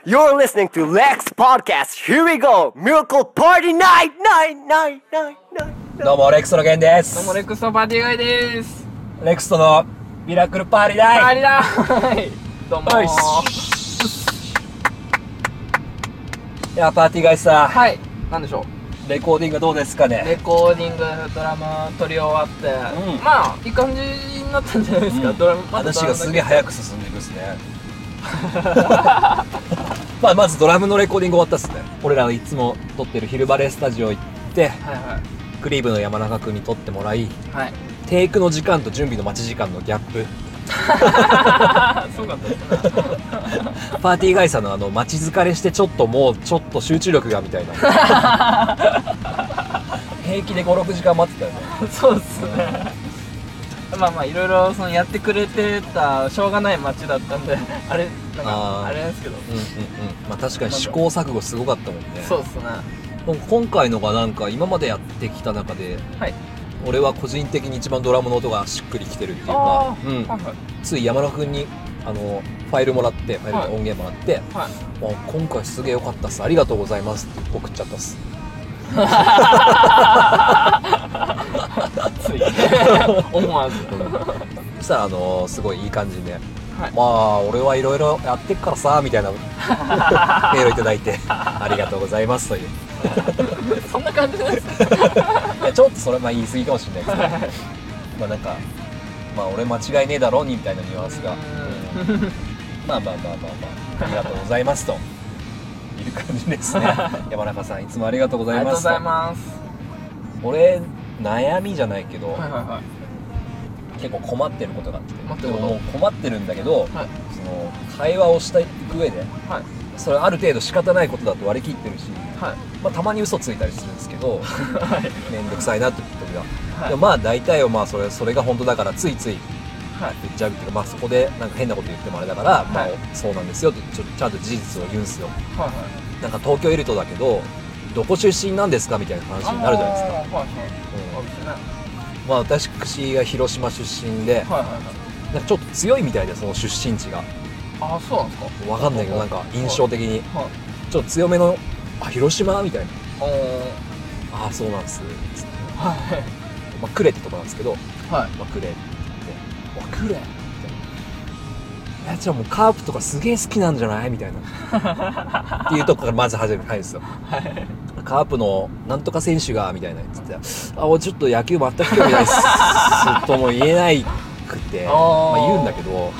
You're listening to Lex Podcast. Here we go. Miracle Party Night. Night. どうもレクストのゲンですどうもレクストパーティーガイです。 レクストのミラクルパーリーだいパーリーだーい。どうもー。 いやパーティーガイさ、 はい。なんでしょう。 レコーディングどうですかね。 レコーディングドラム取り終わって、まあいい感じになったんじゃないですか。ドラム話がすげえ早く進んでいくっすねまあまずドラムのレコーディング終わったっすね。俺らいつも撮ってるヒルバレースタジオ行って、クリーブの山中君に撮ってもらい、テイクの時間と準備の待ち時間のギャップそうかったですねパーティーガイさんの待ち疲れしてちょっと集中力がみたいな平気で 5,6 時間待ってたよねそうっすねまあいろいろそのやってくれてたしょうがない街だったんであれなんですけど、 まあ確かに試行錯誤すごかったもんね。 そうっすね。 今回のがなんか今までやってきた中で、俺は個人的に一番ドラムの音がしっくりきてるっていうか、つい山田君にファイルもらって、音源もらって、今回すげえ良かったっす、ありがとうございますって送っちゃったっすつい思わずそしたらすごいいい感じで、まあ俺はいろいろやってっからさみたいなメールいただいてありがとうございますというそんな感じですいやちょっとそれ言い過ぎかもしれないですけどまあなんか俺間違いねえだろみたいなニュアンスがまあありがとうございますという感じですね山中さんいつもありがとうございます。 ありがとうございます。 俺悩みじゃないけど、結構困ってることがあって、でももう困ってるんだけど、その会話をしていく上で、それある程度仕方ないことだと割り切ってるし、たまに嘘ついたりするんですけどめんどくさいなって時が、でも大体はそれが本当だからついつい言っちゃうっていうか、そこでなんか変なこと言ってもあれだから、そうなんですよってちゃんと事実を言うんですよ。なんか東京エリートだけどどこ出身なんですかみたいな話になるじゃないですか。私が広島出身で、なんかちょっと強いみたいで、その出身地が。 そうなんですか。 わかんないけどなんか印象的にちょっと強めの広島みたいな。そうなんですつって、クレってとこなんですけど、クレって言ってクレじゃあもうカープとかすげえ好きなんじゃないみたいなっていうとこからまず始めるんですよ。カープのなんとか選手がみたいな言って俺ちょっと野球全く興味ないっすとも言えないくて言うんだけど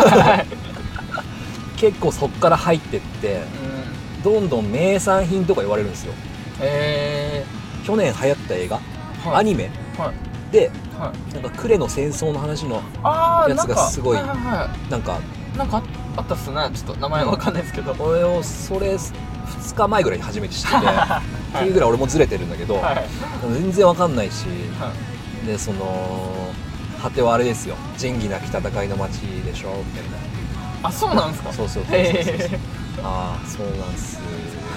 結構そっから入ってって、どんどん名産品とか言われるんですよ。去年流行った映画、アニメで、なんかクレの戦争の話のやつがすごいなんかあったっすね。ちょっと名前わかんないですけど、 俺をそれ2日前ぐらいに初めて知ってっていうぐらい俺もずれてるんだけど、全然わかんないし、でその果てはあれですよ、仁義なき戦いの街でしょみたいな。 そうなんですか。 そうそうなんす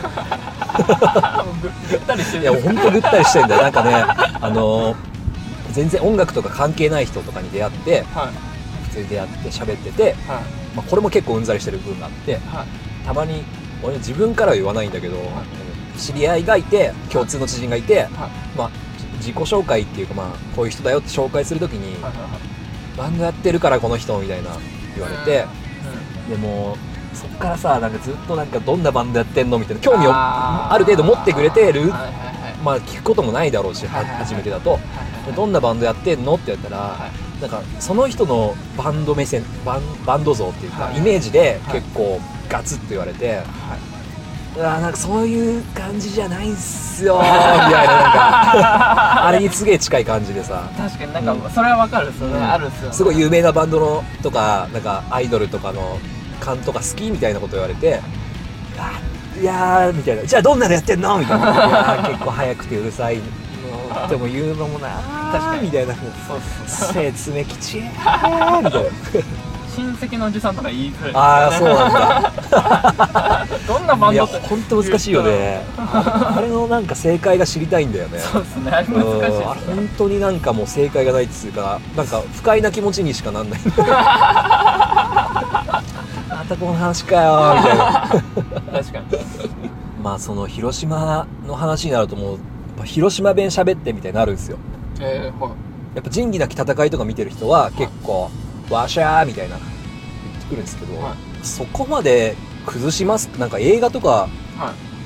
ぐったりしてる。 いやほんとぐったりしてんだよ。なんかね全然音楽とか関係ない人とかに出会って、普通に出会って喋ってて、これも結構うんざりしてる部分があって、たまに俺自分からは言わないんだけど、知り合いがいて共通の知人がいて、自己紹介っていうかこういう人だよって紹介するときに、バンドやってるからこの人みたいな言われて、でもそっからさなんかずっとなんかどんなバンドやってんのみたいな興味をある程度持ってくれてる、聞くこともないだろうし、初めてだと、どんなバンドやってんのって言ったら、なんかその人のバンド目線バンド像っていうか、イメージで結構ガツッと言われて、なんかそういう感じじゃないんすよみたいな、なんかあれにすげえ近い感じでさ。確かになんかそれはわかるっすよね。あるっすよね。 すごい有名なバンドのとかなんかアイドルとかの勘とか好きみたいなこと言われて、いやーみたいな、じゃあどんなのやってんのみたいな、いや結構早くてうるさいのでも言うのもなーみたいな、背爪きちーみたいな親戚のおじさんとか言いづらい。 そうなんだどんなバンドって。 いやほんと難しいよねあれのなんか正解が知りたいんだよね。 そうですね、あれ難しいですね。 本当になんかもう正解がないっつうか、なんか不快な気持ちにしかなんないたこの話かよみたいな確かにまあその広島の話になるともうやっぱ広島弁喋ってみたいになるんですよ。 はいやっぱ仁義なき戦いとか見てる人は結構わしゃーみたいな言ってくるんですけど、 はい、 そこまで崩しますなんか映画とか、 はい、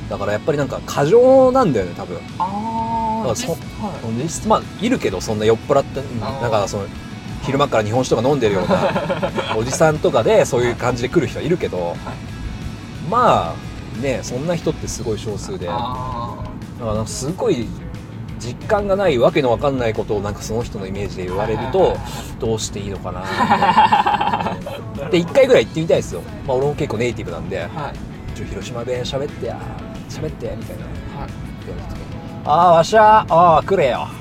だからやっぱりなんか過剰なんだよね多分。 ああ実質まあいるけどそんな酔っ払ってなんかその昼間から日本酒とか飲んでるようなおじさんとかでそういう感じで来る人はいるけど、はい、まあねそんな人ってすごい少数で、だからなんかすごい実感がないわけのわかんないことをなんかその人のイメージで言われるとどうしていいのかなみたいなで1回ぐらい行ってみたいですよ。まあ俺も結構ネイティブなんで、はい、広島弁喋ってみたいな、はい、言われた時にああわしゃああくれよ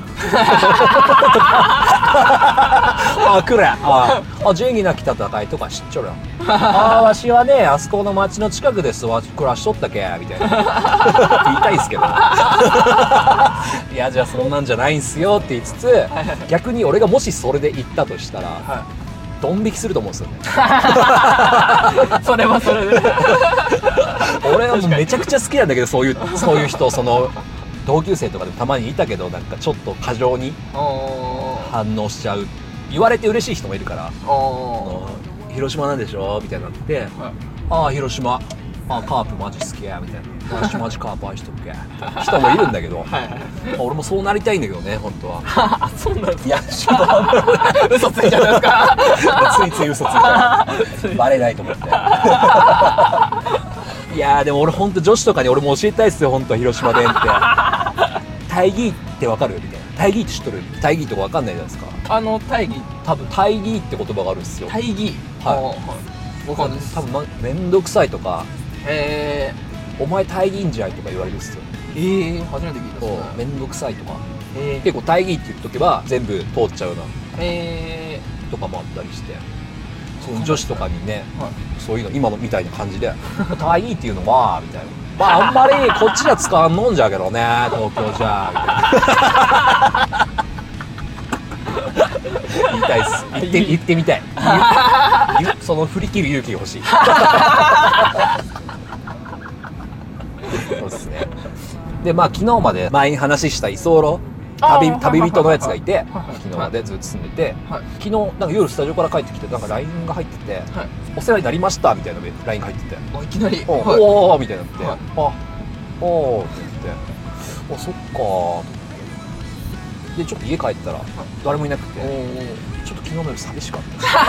あ来れあ仁義なき戦いとか知っちょるよあわしはねあそこの町の近くですわ暮らしとったけみたいな言いたいですけどいやじゃあそんなんじゃないんすよって言いつつ逆に俺がもしそれで言ったとしたら、はい、ドン引きすると思うんですよねそれはそれで俺はもうめちゃくちゃ好きなんだけどそういう人その同級生とかでもたまにいたけどなんかちょっと過剰に反応しちゃう言われて嬉しい人もいるから広島なんでしょみたいになって、はい、ああ広島カープマジ好きやみたいなマジカープ愛しとくけ人もいるんだけど、はい、俺もそうなりたいんだけどね本当はそうなんですか。 いや嘘ついちゃうんですかついつい嘘ついちゃうバレないと思っていやでも俺本当女子とかに俺も教えたいっすよ本当広島弁って大義ってわかるみたいな大義って知っとる大義とかわかんないじゃないですか。 大義多分大義って言葉があるんですよ。 大義はいわかんないです多分めんどくさいとかお前大義んじゃいとか言われるっすよ。 初めて聞いたそうめんどくさいとか結構大義って言っとけば全部通っちゃうようなとかもあったりしてその女子とかにね、はい、そういうの今のみたいな感じで大義っていうのはみたいなまああんまりこっちじゃ使わんのんじゃけどね東京じゃみたいな言いたいっす言ってみたいその振り切る勇気が欲しいそうですね。でまあ昨日まで前に話した居候旅人のやつがいて昨日までずっと住んでて、はい、昨日なんか夜スタジオから帰ってきてなんか LINE が入ってて、はい、お世話になりましたみたいな LINE が入ってていきなりおーみたいになって、はい、おーって言ってそっかーでちょっと家帰ったら誰もいなくてちょっと昨日の夜寂しか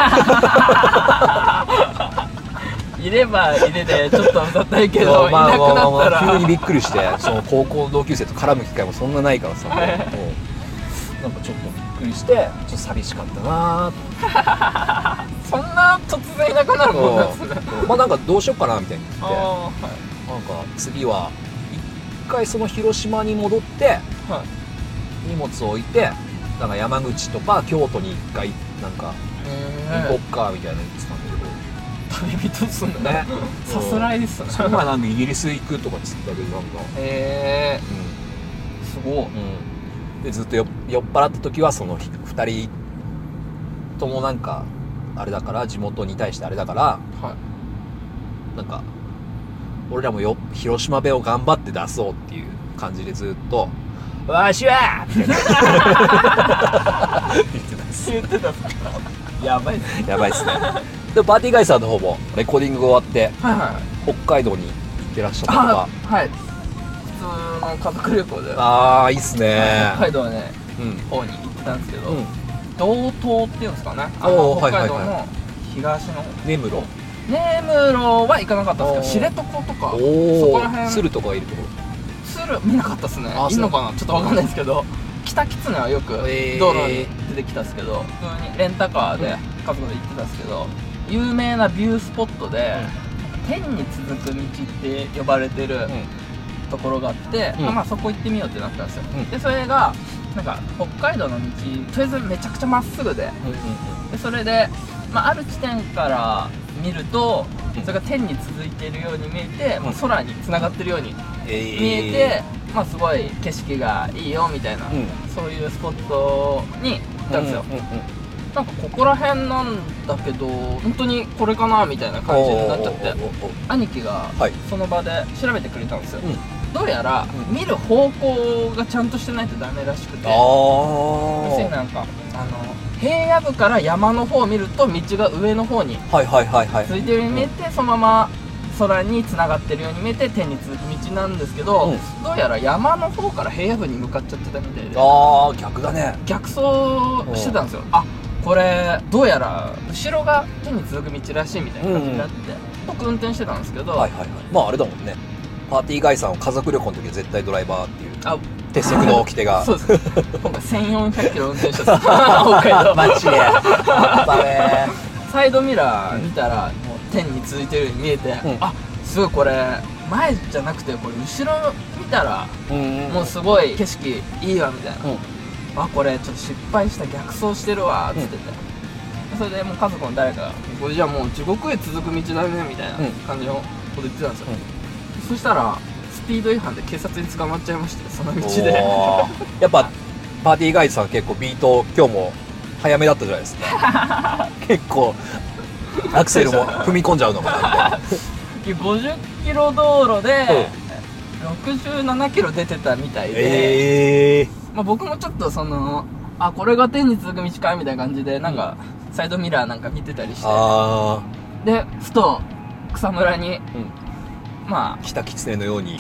ったいればいれでちょっと歌ったいけどいなくなったら急にびっくりしてその高校の同級生と絡む機会もそんなないからさ、はい、なんかちょっとびっくりしてちょっと寂しかったなそんな突然いなくなるもんなんですねまあなんかどうしようかなみたいに言って、はい、なんか次は一回その広島に戻って、はい、荷物を置いてなんか山口とか京都に一回なんか行こっかみたいな言ってたんだけど旅人っすんだねさすらいですねその前なんかイギリス行くとかっつったけどなんかすごい、 でずっと酔っ払った時はその2人ともなんかあれだから地元に対してあれだから、はい、なんか俺らも広島弁を頑張って出そうっていう感じでずっとわしはみたいな言ってたっすやばいっすねやばいっすねでパーティーガイさんの方もレコーディングが終わって、はいはい、北海道に行ってらっしゃったとかはい普通の家族旅行でああいいっすね北海道ね、方に行ってたんですけど、道東っていうんですかね北海道の東の根室は行かなかったんですけど知床とかそこら辺鶴とかいるところ鶴見なかったっすねいいのかなちょっと分かんないですけどキタキツネはよく道路に出てきたんですけど普通にレンタカーで家族で行ってたんですけど有名なビュースポットで天に続く道って呼ばれてるところがあってまあそこ行ってみようってなったんですよでそれがなんか北海道の道とりあえずめちゃくちゃまっすぐでそれでまあある地点から見るとそれが天に続いているように見えて空に繋がってるように見えてまあすごい景色がいいよみたいなそういうスポットに行ったんですよなんかここら辺なんだけど本当にこれかなみたいな感じになっちゃって、兄貴がその場で調べてくれたんですよ、どうやら見る方向がちゃんとしてないとダメらしくて、要するになんか平野部から山の方を見ると道が上の方についてるように見えて、そのまま空に繋がってるように見えて天に続く道なんですけど、どうやら山の方から平野部に向かっちゃってたみたいで、 逆だね。 逆走してたんですよ。これどうやら後ろが天に続く道らしいみたいな感じになって、僕運転してたんですけど、 まああれだもんね、パーティーガイさんは家族旅行の時は絶対ドライバーっていう鉄則の掟がそうです今回1400キロ運転してた北海道マジでやっぱね、 サイドミラー見たらもう天に続いてるように見えて、すごいこれ前じゃなくてこれ後ろ見たらもうすごい景色いいわみたいな、これちょっと失敗した逆走してるわっつってて、それでもう家族の誰かがこれじゃあもう地獄へ続く道だねみたいな感じのこと言ってたんですよ、そしたらスピード違反で警察に捕まっちゃいまして、その道でやっぱパーティーガイドさん結構ビート今日も早めだったじゃないですか結構アクセルも踏み込んじゃうのかなみたいな 50キロ道路で67キロ出てたみたいで、僕もちょっとこれが天に続く道かみたいな感じでなんかサイドミラーなんか見てたりして、でふと草むらに、 キタキツネのように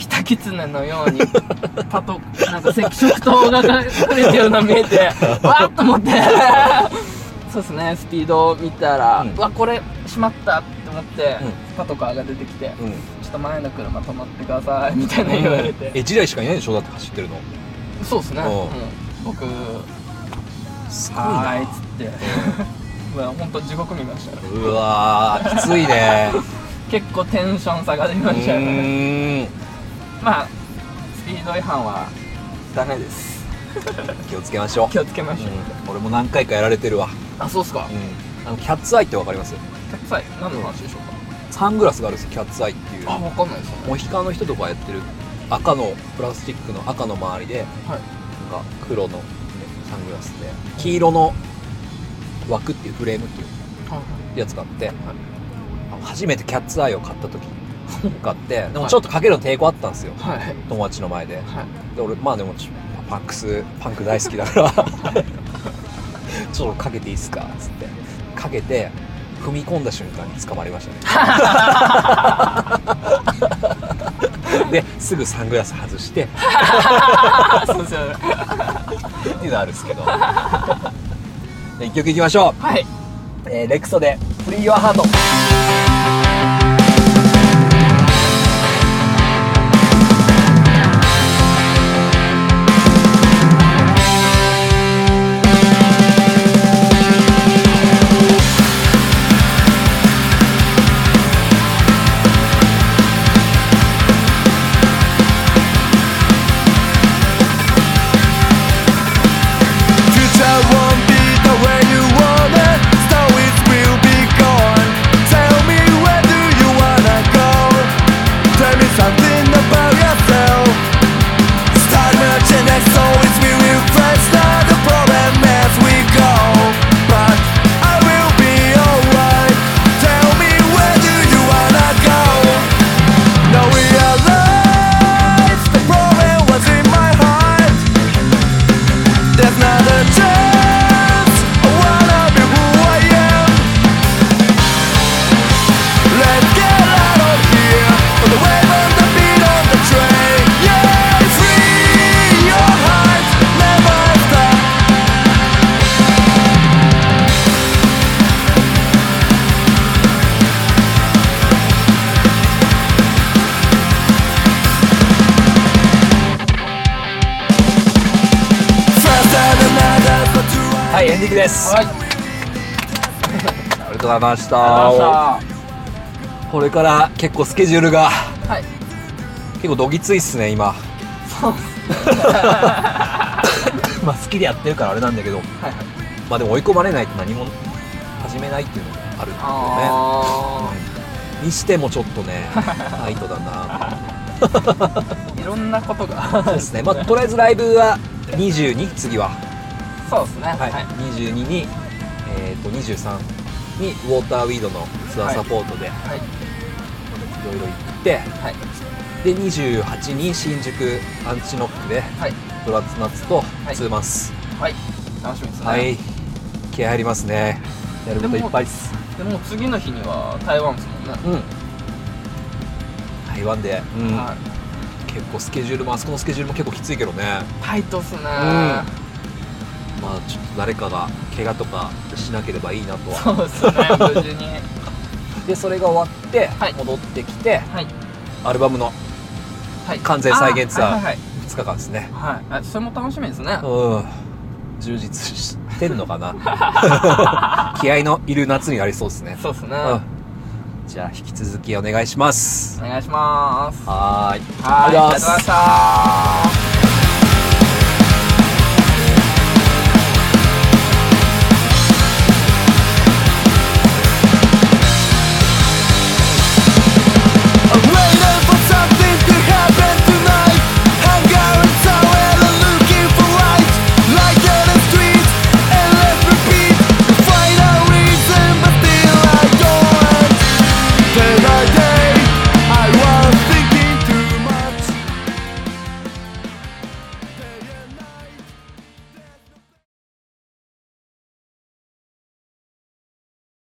パトなんか赤色灯が隠れてるの見えてわーっと思ってそうですね、スピードを見たら、これしまったって思って、パトカーが出てきて、ちょっと前の車止まってくださいみたいな言われて、 1台しかいないでしょだって走ってるの。 そうですね、僕すごいなーいっつって本当地獄見ましたね。 うわーきついね結構テンション下がりましたよね。スピード違反はダメです気をつけましょう。俺も何回かやられてるわ。 そうっすか。 キャッツアイってわかります？ キャッツアイ何の話でしょうか？ サングラスがあるんですよ、キャッツアイっていう。 わかんないですよね。 モヒカンの人とかやってる赤のプラスチックの赤の周りで、なんか黒のサングラスで黄色の枠っていうフレームっていうやつがあって、初めてキャッツアイを買った時があって、でもちょっとかけるの抵抗あったんですよ、友達の前で。で俺でもパンク大好きだからちょっとかけていいっすかっつってかけて踏み込んだ瞬間に捕まりましたねですぐサングラス外してそうですよねっていうのあるんですけど一曲いきましょう。レクソでフリー・ヨア・ハート。エンディングです。ありがとうございました。これから結構スケジュールが、結構どぎついっすね今。そう好きでやってるからあれなんだけど、でも追い込まれないと何も始めないっていうのがあるんだけどね。にしてもちょっとねタイトだないろんなことがそうですね。とりあえずライブは22、次はそうですね。 22に、 23にウォーターウィードのツアーサポートで、 はい、 いろいろ行って、 はい、 で28に新宿アンチノックで、 はい、 ドラツナッツとツーマンス、 はい、楽しみですね。 はい、気合入りますね。やることいっぱいです。 でも次の日には台湾ですもんね。 台湾で、 はい、 結構スケジュールもあそこのスケジュールも結構きついけどね。 タイトっすね。 まあちょっと誰かが怪我とかしなければいいなとは。 そうですね、無事に。 でそれが終わって、戻ってきて、アルバムの完全再現ツアー2日間ですね。 はい、それも楽しみですね。 充実してるのかな。気合のいる夏になりそうですね。 そうですね。 じゃあ引き続きお願いします。 お願いします。 はい、 ありがとうございました。